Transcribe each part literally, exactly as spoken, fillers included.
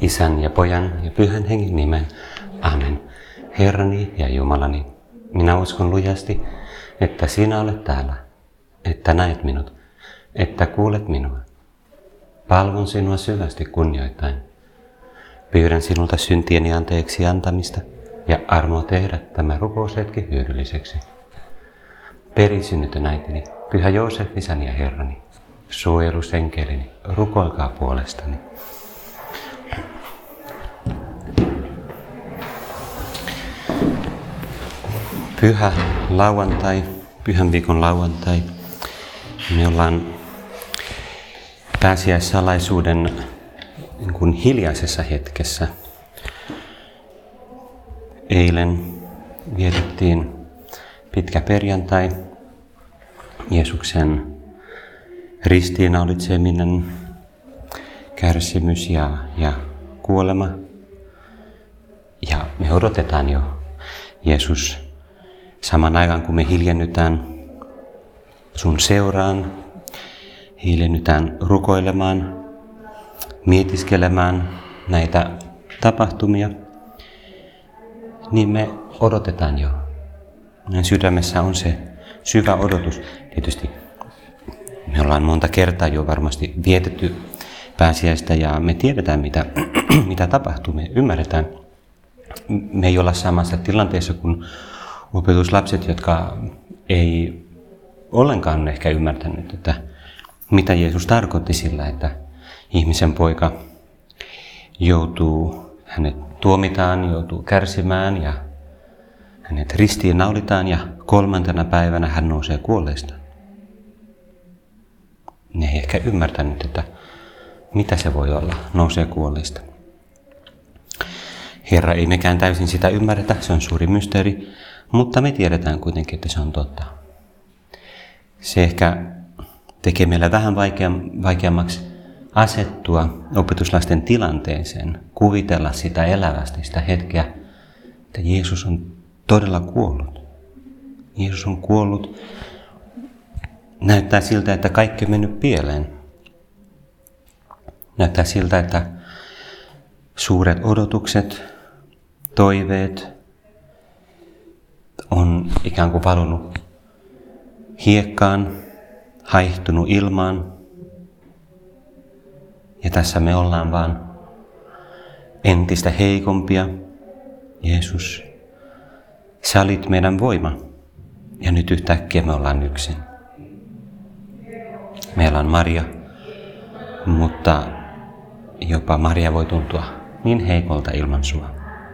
Isän ja Pojan ja Pyhän Hengen nimen. Amen. Herrani ja Jumalani, minä uskon lujasti, että sinä olet täällä, että näet minut, että kuulet minua. Palvon sinua syvästi kunnioittain. Pyydän sinulta syntieni anteeksi antamista ja armoa tehdä tämä rukoushetki hyödylliseksi. Perisynnytön äitini, Pyhä Joosef, isäni ja Herrani, suojelusenkelini, rukoilkaa puolestani. Pyhä lauantai, pyhän viikon lauantai. Me ollaan pääsiäissalaisuuden niin kuin hiljaisessa hetkessä. Eilen vietettiin pitkä perjantai, Jeesuksen ristiinnaulitseminen, kärsimys ja, ja kuolema. Ja me odotetaan jo Jeesus saman aikaan, kun me hiljennytään sun seuraan, hiljennytään rukoilemaan, mietiskelemään näitä tapahtumia, niin me odotetaan jo. Meidän sydämessä on se syvä odotus. Tietysti me ollaan monta kertaa jo varmasti vietetty pääsiäistä ja me tiedetään, mitä, mitä tapahtuu. Me ymmärretään. Me ei olla samassa tilanteessa kuin opetuslapset, jotka ei ollenkaan ehkä ymmärtänyt, että mitä Jeesus tarkoitti sillä, että ihmisen poika joutuu, hänet tuomitaan, joutuu kärsimään ja hänet ristiin naulitaan ja kolmantena päivänä hän nousee kuolleista. Ne ei ehkä ymmärtänyt, että mitä se voi olla, nousee kuolleista. Herra, ei mekään täysin sitä ymmärretä, se on suuri mysteeri, mutta me tiedetään kuitenkin, että se on totta. Se ehkä tekee meille vähän vaikeammaksi asettua opetuslasten tilanteeseen, kuvitella sitä elävästi, sitä hetkeä, että Jeesus on todella kuollut. Jeesus on kuollut. Näyttää siltä, että kaikki on mennyt pieleen. Näyttää siltä, että suuret odotukset, toiveet on ikään kuin valunut hiekkaan, haihtunut ilmaan. Ja tässä me ollaan vaan entistä heikompia. Jeesus, sä olit meidän voima ja nyt yhtäkkiä me ollaan yksin. Meillä on Maria, mutta jopa Maria voi tuntua niin heikolta ilman sua.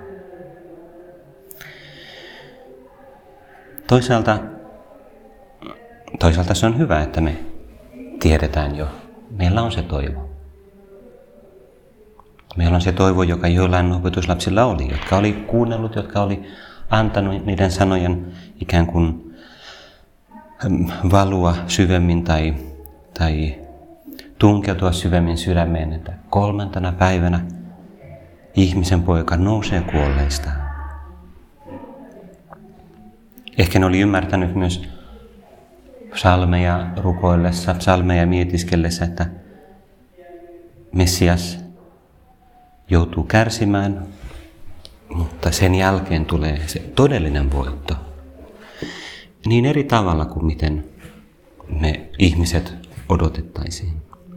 Toisaalta, toisaalta se on hyvä, että me tiedetään jo. Meillä on se toivo. Meillä on se toivo, joka joillain opetuslapsilla oli, jotka oli kuunnellut, jotka oli antanut niiden sanojen ikään kuin valua syvemmin tai, tai tunkeutua syvemmin sydämeen, että kolmantena päivänä ihmisen poika nousee kuolleista. Ehkä ne oli ymmärtänyt myös psalmeja rukoillessa, psalmeja mietiskellessä, että Messias joutuu kärsimään, mutta sen jälkeen tulee se todellinen voitto. Niin eri tavalla kuin miten me ihmiset odotettaisiin.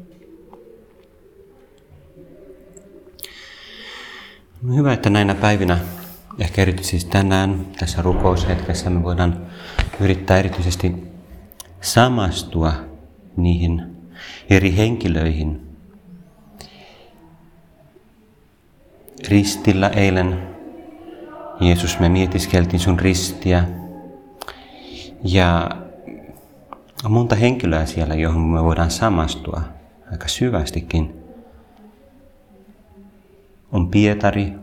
No hyvä, että näinä päivinä, ehkä erityisesti tänään tässä rukoushetkessä me voidaan yrittää erityisesti samastua niihin eri henkilöihin. Ristillä eilen, Jeesus, me mietiskeltiin sun ristiä ja on monta henkilöä siellä, johon me voidaan samastua aika syvästikin. On Pietari.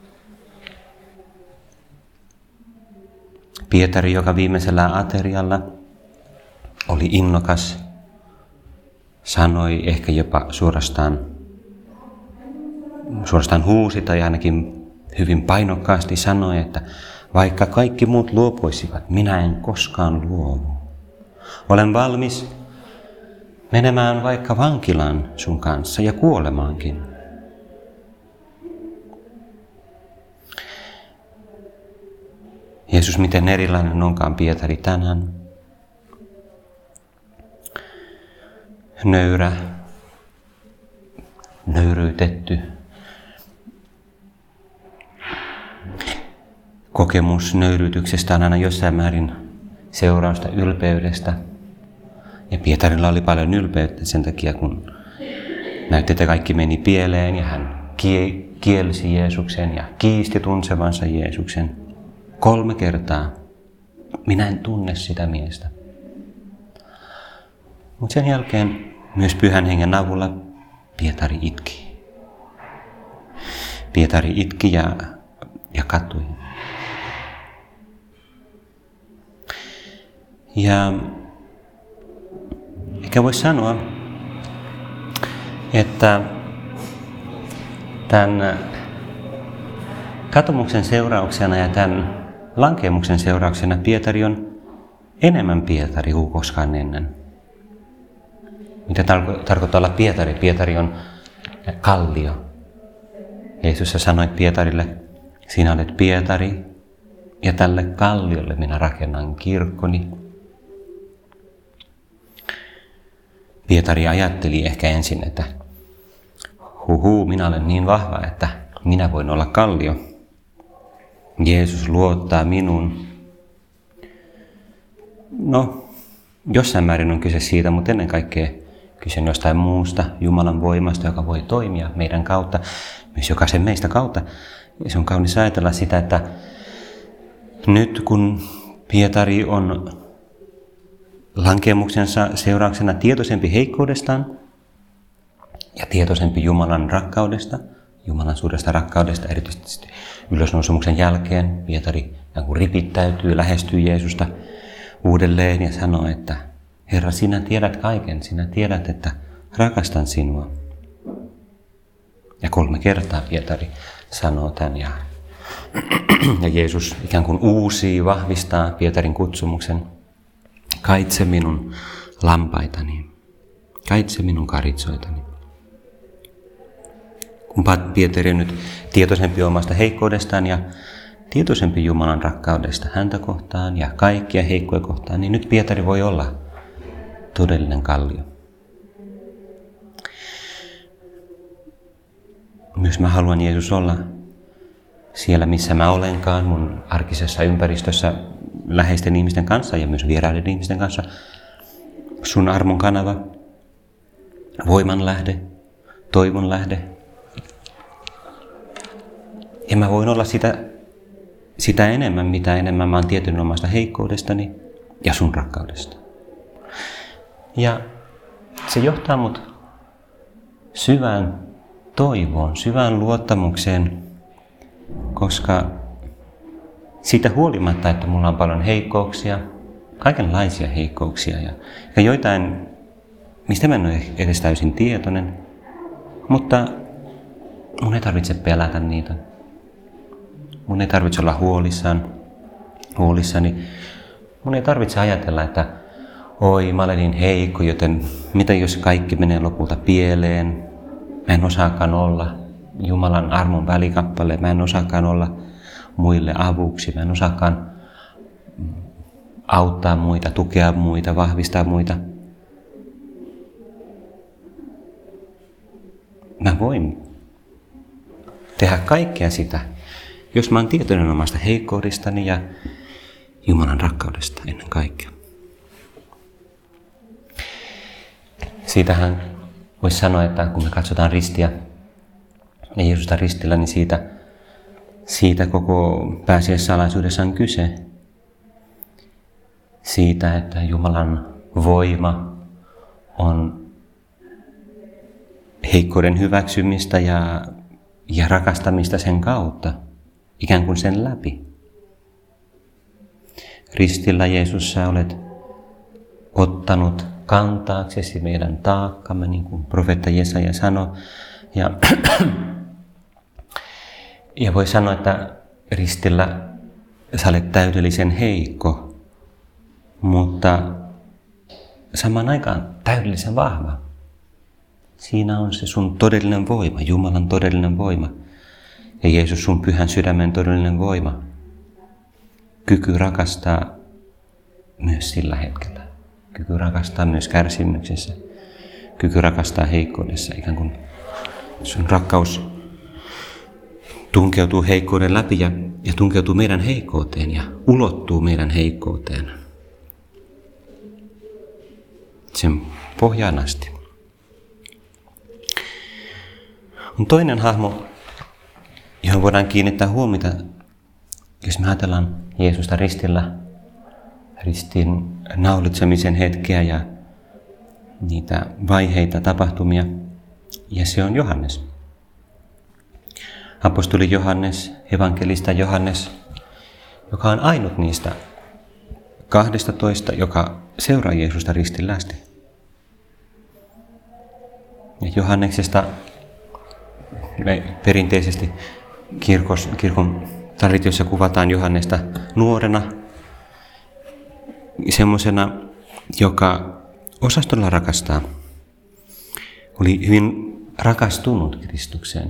Pietari, joka viimeisellä aterialla oli innokas, sanoi ehkä jopa suorastaan, suorastaan huusi tai ainakin hyvin painokkaasti sanoi, että vaikka kaikki muut luopuisivat, minä en koskaan luovu. Olen valmis menemään vaikka vankilaan sun kanssa ja kuolemaankin. Jeesus, miten erilainen onkaan Pietari tänään. Nöyrä, nöyryytetty. Kokemus nöyryytyksestä on aina jossain määrin seurausta ylpeydestä. Ja Pietarilla oli paljon ylpeyttä sen takia, kun näytti, että kaikki meni pieleen ja hän kielsi Jeesuksen ja kiisti tunsevansa Jeesuksen. Kolme kertaa. Minä en tunne sitä miestä. Mutta sen jälkeen myös Pyhän Hengen avulla Pietari itki. Pietari itki ja, ja katui. Ja ehkä voisi sanoa, että tämän katumuksen seurauksena ja tämän lankeemuksen seurauksena Pietari on enemmän Pietari kuin koskaan ennen. Mitä tarko- tarkoittaa olla Pietari? Pietari on kallio. Jeesus sanoi Pietarille, sinä olet Pietari ja tälle kalliolle minä rakennan kirkkoni. Pietari ajatteli ehkä ensin, että huhu, minä olen niin vahva, että minä voin olla kallio. Jeesus luottaa minuun. No, jossain määrin on kyse siitä, mutta ennen kaikkea kyse on jostain muusta, Jumalan voimasta, joka voi toimia meidän kautta, myös jokaisen meistä kautta. Ja se on kaunis ajatella sitä, että nyt kun Pietari on lankeemuksensa seurauksena tietoisempi heikkoudestaan ja tietoisempi Jumalan rakkaudesta, Jumalan suuresta rakkaudesta, erityisesti ylösnousumuksen jälkeen Pietari ripittäytyy, lähestyy Jeesusta uudelleen ja sanoo, että Herra, sinä tiedät kaiken, sinä tiedät, että rakastan sinua. Ja kolme kertaa Pietari sanoo tämän ja, ja Jeesus ikään kuin uusii, vahvistaa Pietarin kutsumuksen. Kaitse minun lampaitani, kaitse minun karitsoitani. Kun Pietari on nyt tietoisempi omasta heikkoudestaan ja tietoisempi Jumalan rakkaudesta häntä kohtaan ja kaikkia heikkoja kohtaan, niin nyt Pietari voi olla todellinen kallio. Myös mä haluan, Jeesus, olla siellä, missä mä olenkaan, mun arkisessa ympäristössä läheisten ihmisten kanssa ja myös vieraiden ihmisten kanssa. Sun armon kanava, voiman lähde, toivon lähde. Ja mä voin olla sitä, sitä enemmän, mitä enemmän mä oon tietoinen omasta heikkoudestani ja sun rakkaudesta. Ja se johtaa mut syvään toivoon, syvään luottamukseen, koska siitä huolimatta, että mulla on paljon heikkouksia, kaikenlaisia heikkouksia ja, ja joitain, mistä mä en ole edes täysin tietoinen, mutta mun ei tarvitse pelätä niitä. Mun ei tarvitse olla huolissaan, huolissani. Mun ei tarvitse ajatella, että oi, mä olen niin heikko, joten mitä jos kaikki menee lopulta pieleen? Mä en osaakaan olla Jumalan armon välikappale, mä en osaakaan olla muille avuksi, mä en osaakaan auttaa muita, tukea muita, vahvistaa muita. Mä voin tehdä kaikkea sitä, jos mä oon tietoinen omasta heikkoudestani ja Jumalan rakkaudesta ennen kaikkea. Siitähän voisi sanoa, että kun me katsotaan ristiä ja Jeesusta ristillä, niin siitä, siitä koko pääsiäissalaisuudessa on kyse. Siitä, että Jumalan voima on heikkouden hyväksymistä ja, ja rakastamista sen kautta, ikään kuin sen läpi. Ristillä, Jeesus, sä olet ottanut kantaaksesi meidän taakkamme, niin kuin profeetta Jesaja sanoi. Ja, ja voi sanoa, että ristillä sä olet täydellisen heikko, mutta samaan aikaan täydellisen vahva. Siinä on se sun todellinen voima, Jumalan todellinen voima. Ja Jeesus, sun pyhän sydämen todellinen voima. kyky rakastaa myös sillä hetkellä. Kyky rakastaa myös kärsimyksessä. Kyky rakastaa heikkoudessa. Ikään kuin sun rakkaus tunkeutuu heikkouden läpi ja, ja tunkeutuu meidän heikkouteen ja ulottuu meidän heikkouteen. Sen pohjaan asti. On toinen hahmo, johon voidaan kiinnittää huomiota, jos me ajatellaan Jeesusta ristillä, ristin naulitsemisen hetkeä ja niitä vaiheita, tapahtumia, ja se on Johannes. Apostoli Johannes, evankelista Johannes, joka on ainut niistä kahdesta toista, joka seuraa Jeesusta ristillä asti. Ja Johanneksesta me perinteisesti kirkos, kirkon traditiossa kuvataan Johannesta nuorena, semmoisena, joka osasi todella rakastaa. Oli hyvin rakastunut Kristukseen.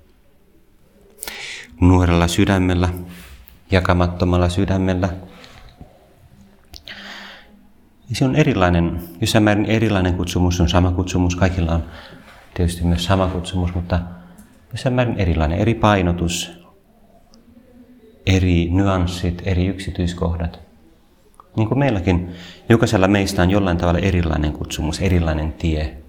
Nuorella sydämellä, jakamattomalla sydämellä. Ja se on erilainen, jossain määrin erilainen kutsumus, on sama kutsumus, kaikilla on tietysti myös sama kutsumus, mutta jossain määrin erilainen, eri painotus, eri nyanssit, eri yksityiskohdat. Niin kuin meilläkin, jokaisella meistä on jollain tavalla erilainen kutsumus, erilainen tie.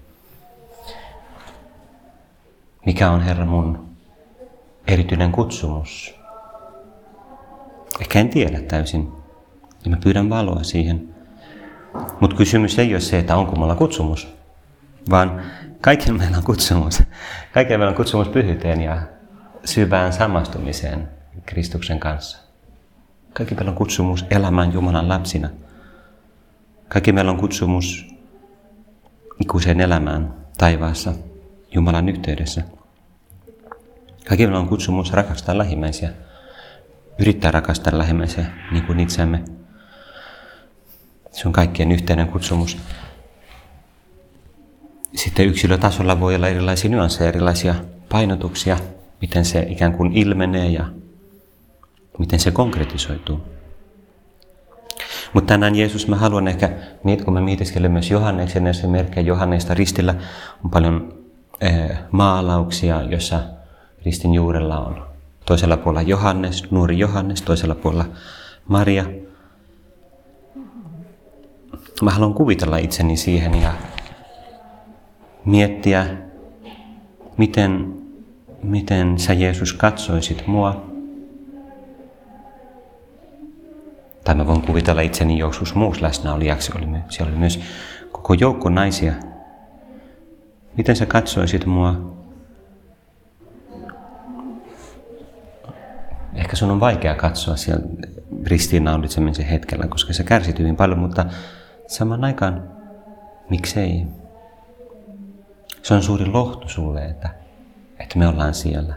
Mikä on, Herra, mun erityinen kutsumus? Ehkä en tiedä täysin, ja mä pyydän valoa siihen. Mutta kysymys ei ole se, että onko mulla kutsumus, vaan kaikilla meillä on kutsumus. Kaikilla meillä on kutsumus pyhyyteen ja syvään samastumiseen Kristuksen kanssa. Kaikki meillä on kutsumus elämään Jumalan lapsina. Kaikki meillä on kutsumus ikuiseen elämään taivaassa Jumalan yhteydessä. Kaikki meillä on kutsumus rakastaa lähimmäisiä, yrittää rakastaa lähimmäisiä niin kuin itseämme. Se on kaikkien yhteinen kutsumus. Sitten yksilötasolla voi olla erilaisia nyansseja, erilaisia painotuksia, miten se ikään kuin ilmenee ja miten se konkretisoituu. Mutta tänään Jeesus, mä haluan ehkä, kun mä mietiskelen myös Johanneksen ja sen merkkejä Johannesta ristillä, on paljon eh, maalauksia, jossa ristin juurella on toisella puolella Johannes, nuori Johannes, toisella puolella Maria. Mä haluan kuvitella itseni siihen ja miettiä, miten, miten sä Jeesus katsoisit mua. Tai mä voin kuvitella itseni joskus muussa läsnäolijaksi. Oli, siellä oli myös koko joukko naisia. Miten sä katsoisit mua? Ehkä sun on vaikea katsoa siellä ristiinnaulitsemisen hetkellä, koska sä kärsit hyvin paljon, mutta samaan aikaan, miksei? Se on suuri lohtu sulle, että, että me ollaan siellä.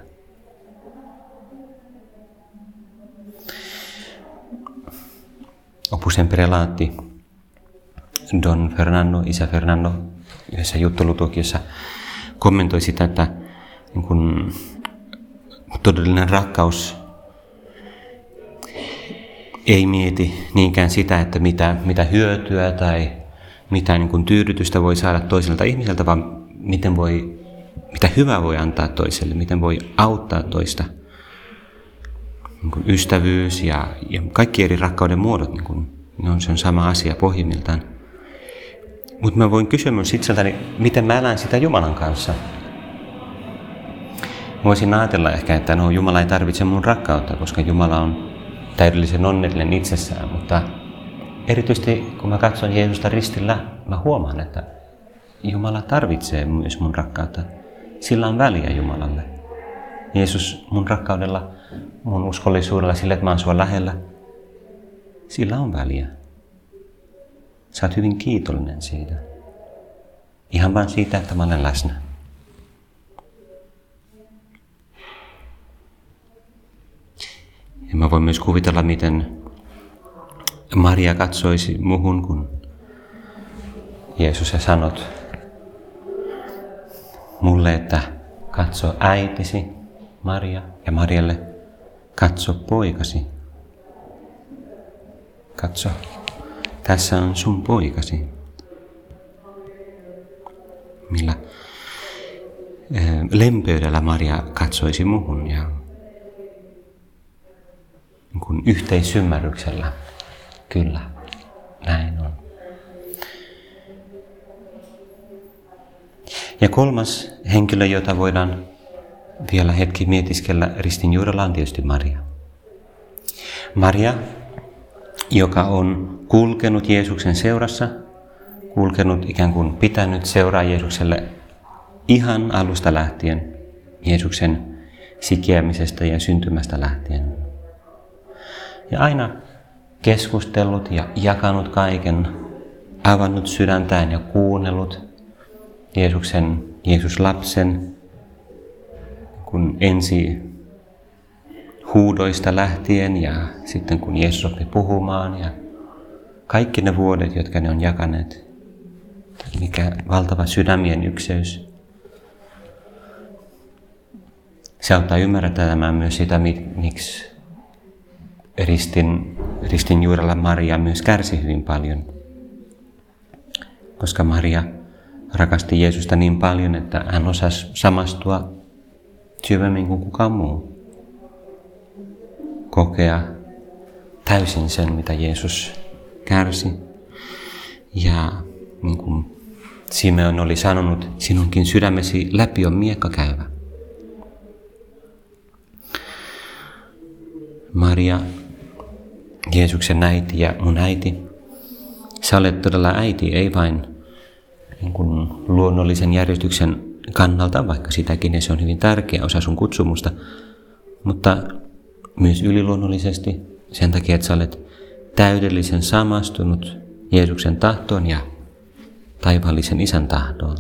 Opus Imperelati, Don Fernando, isä Fernando, yhdessä juttolutukiossa kommentoi sitä, että niin kun todellinen rakkaus ei mieti niinkään sitä, että mitä, mitä hyötyä tai mitä niin kun tyydytystä voi saada toiselta ihmiseltä, vaan miten voi, mitä hyvää voi antaa toiselle, miten voi auttaa toista. Niin kuin ystävyys ja, ja kaikki eri rakkauden muodot, niin kuin, ne on, se on sama asia pohjimmiltaan. Mutta mä voin kysyä myös itseltäni, miten mä elän sitä Jumalan kanssa. Voisin ajatella ehkä, että no, Jumala ei tarvitse mun rakkautta, koska Jumala on täydellisen onnellinen itsessään. Mutta erityisesti kun mä katson Jeesusta ristillä, mä huomaan, että Jumala tarvitsee myös mun rakkautta. Sillä on väliä Jumalalle. Jeesus mun rakkaudella, mun uskollisuudella, sillä, että mä oon sua lähellä, sillä on väliä. Sä oot hyvin kiitollinen siitä. Ihan vain siitä, että mä olen läsnä. Ja mä voin myös kuvitella, miten Maria katsoisi muhun, kun Jeesus sä sanot mulle, että katso äitisi, Maria, ja Marialle, katso poikasi. katso, tässä on sun poikasi. Millä lempeydellä Maria katsoisi muhun ja kun yhteisymmärryksellä, kyllä, näin on. Ja kolmas henkilö, jota voidaan vielä hetki mietiskellä ristin juurella, on tietysti Maria. Maria, joka on kulkenut Jeesuksen seurassa, kulkenut ikään kuin pitänyt seuraa Jeesukselle ihan alusta lähtien, Jeesuksen sikiämisestä ja syntymästä lähtien. Ja aina keskustellut ja jakanut kaiken, avannut sydäntään ja kuunnellut Jeesuksen, Jeesus-lapsen, kun ensi huudoista lähtien ja sitten kun Jeesus oppi puhumaan ja kaikki ne vuodet, jotka ne on jakaneet. Mikä valtava sydämien ykseys. Se auttaa ymmärtämään myös sitä, miksi ristin, ristin juurella Maria myös kärsi hyvin paljon. Koska Maria rakasti Jeesusta niin paljon, että hän osasi samastua syvemmin kuin kukaan muu. Kokea täysin sen, mitä Jeesus kärsi. Ja niin kuin Simeon oli sanonut, sinunkin sydämesi läpi on miekka käyvä. Maria, Jeesuksen äiti ja mun äiti, sä olet todella äiti, ei vain niin kuin luonnollisen järjestyksen kannalta, vaikka sitäkin, ja se on hyvin tärkeä osa sun kutsumusta, mutta myös yliluonnollisesti sen takia, että sä olet täydellisen samastunut Jeesuksen tahtoon ja taivaallisen Isän tahtoon.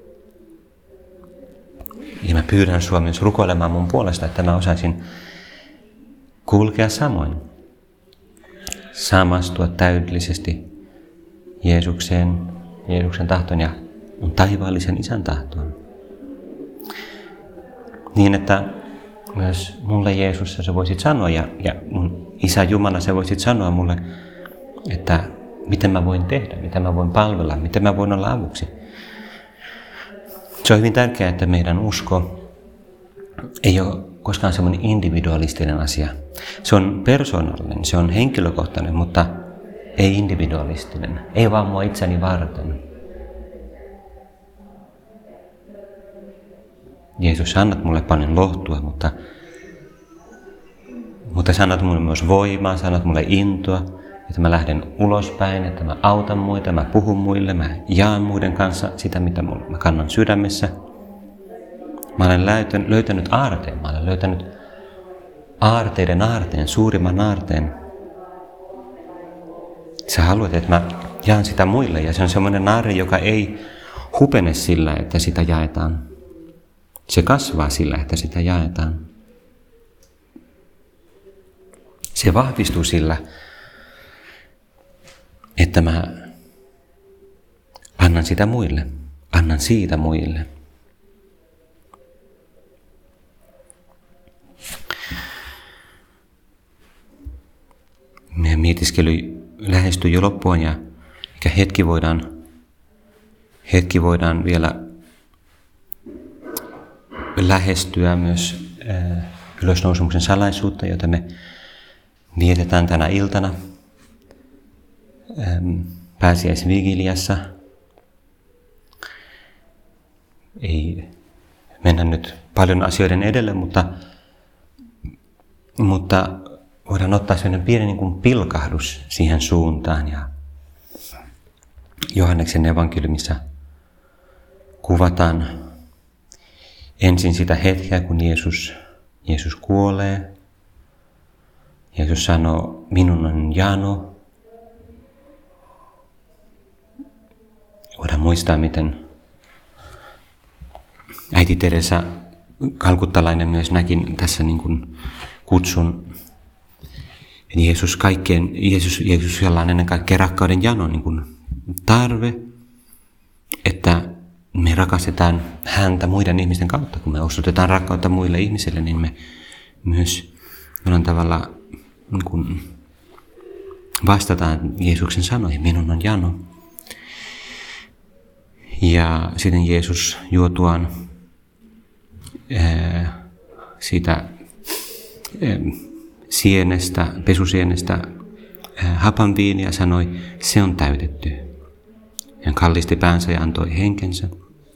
Ja mä pyydän sua myös rukoilemaan mun puolesta, että mä osaisin kulkea samoin. Samastua täydellisesti Jeesukseen, Jeesuksen tahtoon ja mun taivaallisen Isän tahtoon. Niin, että myös mulle Jeesus sä voisit sanoa ja, ja mun Isä Jumala sä voisit sanoa mulle, että miten mä voin tehdä, miten mä voin palvella, miten mä voin olla avuksi. Se on hyvin tärkeää, että meidän usko ei ole koskaan semmoinen individualistinen asia. Se on persoonallinen, se on henkilökohtainen, mutta ei individualistinen. Ei vaan mua itseni varten. Jeesus, sä annat mulle paljon lohtua, mutta, mutta sä annat mulle myös voimaa, sä annat mulle intoa, että mä lähden ulospäin, että mä autan muita, mä puhun muille, mä jaan muiden kanssa sitä, mitä mä kannan sydämessä. Mä olen löytänyt, löytänyt aarteen, mä olen löytänyt aarteiden aarteen, suurimman aarteen. Sä haluat, että mä jaan sitä muille, ja se on semmoinen aarre, joka ei hupene sillä, että sitä jaetaan. Se kasvaa sillä, että sitä jaetaan. Se vahvistuu sillä, että mä annan sitä muille, annan siitä muille. Meidän mietiskely lähestyy jo loppuun ja ehkä hetki voidaan, hetki voidaan vielä lähestyä myös äh, ylösnousumuksen salaisuutta, jota me vietetään tänä iltana ähm, pääsiäisvigiliassa. Ei mennä nyt paljon asioiden edelle, mutta, mutta voidaan ottaa sellainen pieni niin kuin pilkahdus siihen suuntaan. Ja Johanneksen evankeliumissa kuvataan ensin sitä hetkeä, kun Jeesus, Jeesus kuolee. Jeesus sanoo, minun on jano. Voidaan muistaa, miten äiti Teresa kalkuttalainen myös näki tässä niin kuin kutsun. Jeesus kaikkeen, Jeesus, Jeesus jolla on ennen kaikkea rakkauden jano, niin kuin tarve, että me rakastetaan häntä muiden ihmisten kautta. Kun me osoitetaan rakkautta muille ihmisille, niin me myös jollain tavalla niin kuin vastataan Jeesuksen sanoihin, minun on jano. Ja sitten Jeesus juotuaan ää, siitä ää, sienestä, pesusienestä ää, hapanviiniä sanoi, se on täytetty. Hän kallisti päänsä ja antoi henkensä.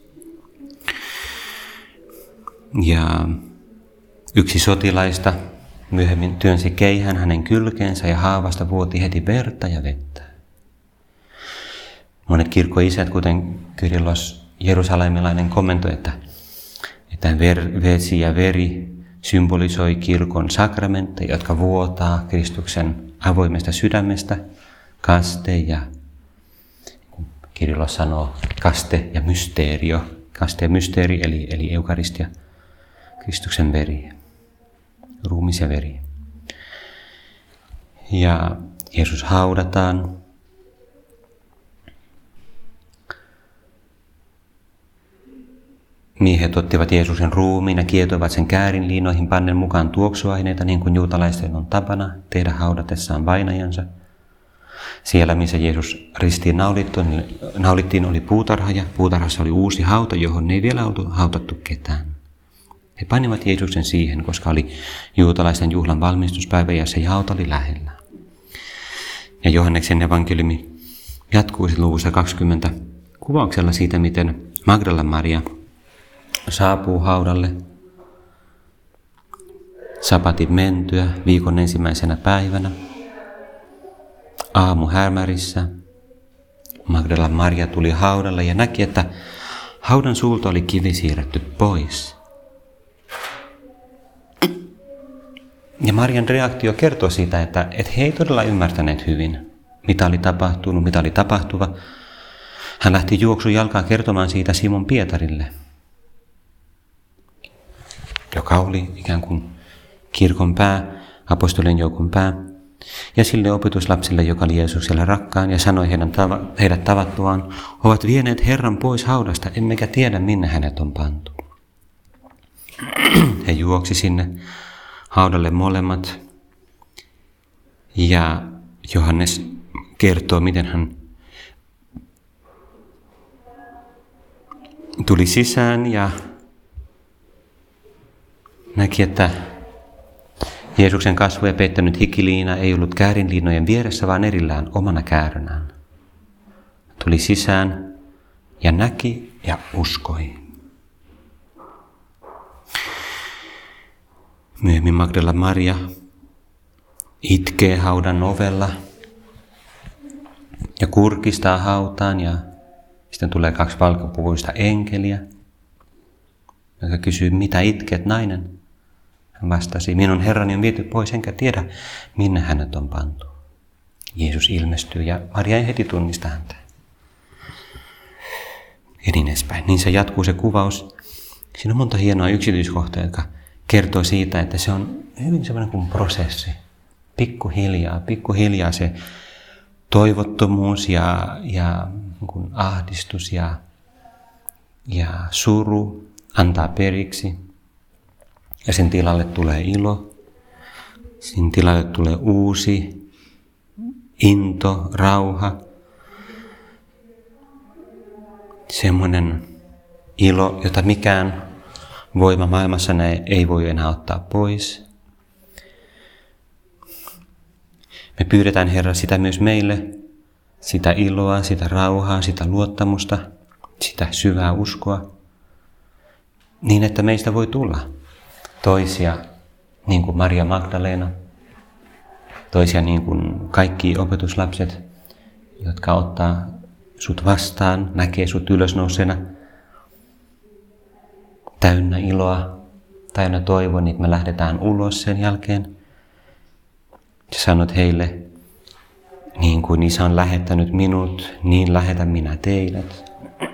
Ja yksi sotilaista myöhemmin työnsi keihään hänen kylkeensä ja haavasta vuoti heti verta ja vettä. Monet kirkkoisät, kuten Kyrillos jerusalemilainen, kommentoi, että, että ver, vesi ja veri symbolisoi kirkon sakramentteja, jotka vuotaa Kristuksen avoimesta sydämestä, kaste ja, Kyrillos sanoo, kaste ja mysteerio, kaste ja mysteeri eli, eli eukaristia, Kristuksen veri, ruumis ja veri. Ja Jeesus haudataan. Miehet ottivat Jeesuksen ruumiin ja kietoivat sen käärinliinoihin pannen mukaan tuoksuaineita, niin kuin juutalaisten on tapana tehdä haudatessaan vainajansa. Siellä, missä Jeesus ristiin naulittiin, oli puutarha ja puutarhassa oli uusi hauta, johon ei vielä oltu hautattu ketään. He panivat Jeesuksen siihen, koska oli juutalaisten juhlan valmistuspäivä ja se hauta oli lähellä. Ja Johanneksen evankeliumi jatkuisi luvussa kaksikymmentä kuvauksella siitä, miten Magdalan Maria saapuu haudalle sabatin mentyä viikon ensimmäisenä päivänä. Aamu hämärissä Magdalan Maria tuli haudalle ja näki, että haudan suulta oli kivi siirretty pois. Ja Marian reaktio kertoo siitä, että, että he ei todella ymmärtäneet hyvin, mitä oli tapahtunut, mitä oli tapahtuva. Hän lähti juoksun jalkaan kertomaan siitä Simon Pietarille, joka oli ikään kuin kirkon pää, apostolien joukon pää, ja sille opetuslapsille, joka oli Jeesukselle rakkaan, ja sanoi heidän tava, heidät tavattuaan, ovat vieneet Herran pois haudasta, emmekä tiedä, minne hänet on pantu. He juoksi sinne haudalle molemmat, ja Johannes kertoo, miten hän tuli sisään ja näki, että Jeesuksen kasvoja peittänyt hikiliina ei ollut käärinliinojen vieressä, vaan erillään omana käärönään. Tuli sisään ja näki ja uskoi. Myöhemmin Magdala Maria itkee haudan ovella ja kurkistaa hautaan ja sitten tulee kaksi valkopuvuista enkeliä, joka kysyy, mitä itket, nainen? Hän vastasi, minun Herrani on viety pois, enkä tiedä, minne hänet on pantu. Jeesus ilmestyy ja Maria ei heti tunnista häntä. Ja niin edespäin. Niin se jatkuu se kuvaus. Siinä on monta hienoa yksityiskohtaa, jotka kertoo siitä, että se on hyvin semmoinen kuin prosessi. Pikkuhiljaa, pikkuhiljaa se toivottomuus ja, ja niin ahdistus ja, ja suru antaa periksi. Ja sen tilalle tulee ilo, sen tilalle tulee uusi into, rauha. Semmoinen ilo, jota mikään voima maailmassa ei voi enää ottaa pois. Me pyydetään, Herra, sitä myös meille, sitä iloa, sitä rauhaa, sitä luottamusta, sitä syvää uskoa, niin että meistä voi tulla toisia niin kuin Maria Magdalena, toisia niin kuin kaikki opetuslapset, jotka ottaa sut vastaan, näkee sut ylösnousena, täynnä iloa, täynnä toivoa, niin me lähdetään ulos sen jälkeen. Ja sanot heille, niin kuin Isä on lähettänyt minut, niin lähetän minä teidät.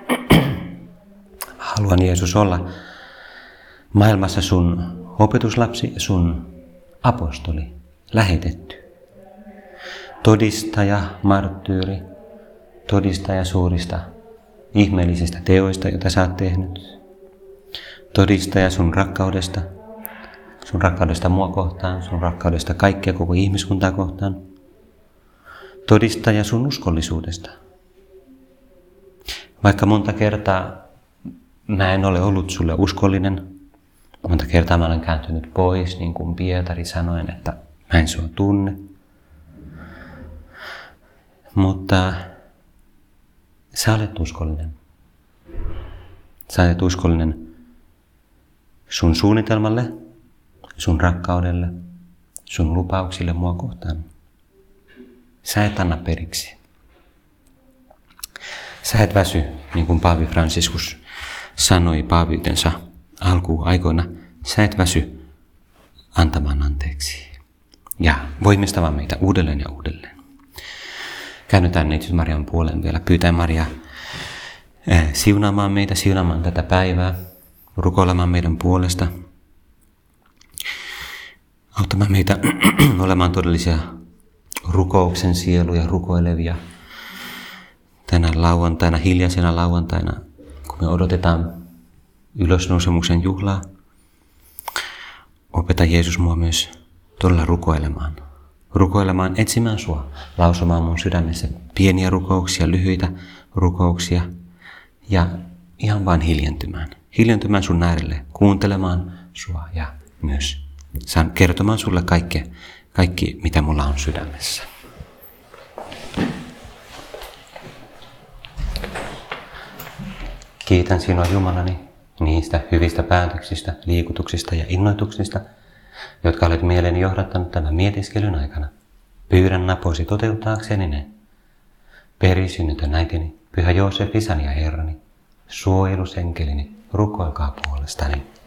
Haluan, Jeesus, olla maailmassa sun opetuslapsi ja sun apostoli, lähetetty. Todistaja, marttyyri, todistaja suurista ihmeellisistä teoista, joita sä oot tehnyt. Todistaja sun rakkaudesta, sun rakkaudesta mua kohtaan, sun rakkaudesta kaikkia koko ihmiskuntaa kohtaan. todistaja sun uskollisuudesta. Vaikka monta kertaa mä en ole ollut sulle uskollinen, monta kertaa mä olen kääntynyt pois, niin kuin Pietari sanoen, että mä en sua tunne. Mutta sä olet uskollinen. Sä olet uskollinen sun suunnitelmalle, sun rakkaudelle, sun lupauksille mua kohtaan. Sä et anna periksi. Sä et väsy, niin kuin Paavi Franciscus sanoi paavitensa alkuaikoina, sä et väsy antamaan anteeksi ja voimistamaan meitä uudelleen ja uudelleen. Käännytään neitsyt Marian puoleen vielä. Pyytää Maria eh, siunaamaan meitä, siunaamaan tätä päivää, rukoilemaan meidän puolesta, auttamaan meitä olemaan todellisia rukouksen sieluja, rukoilevia tänä lauantaina, hiljaisena lauantaina, kun me odotetaan ylösnousemuksen juhlaa. Opeta Jeesus mua myös todella rukoilemaan. Rukoilemaan, etsimään sua, lausumaan mun sydämessä pieniä rukouksia, lyhyitä rukouksia ja ihan vaan hiljentymään. Hiljentymään sun äärelle, kuuntelemaan sua ja myös saan kertomaan sulle kaikki, kaikki, mitä mulla on sydämessä. Kiitän sinua Jumalani niistä hyvistä päätöksistä, liikutuksista ja innoituksista, jotka olet mieleeni johdattanut tämän mietiskelyn aikana. Pyydän naposi toteuttaakseni ne. Perisynnytön äitini, Pyhä Joosef, isäni ja Herrani, suojelusenkelini, rukoilkaa puolestani.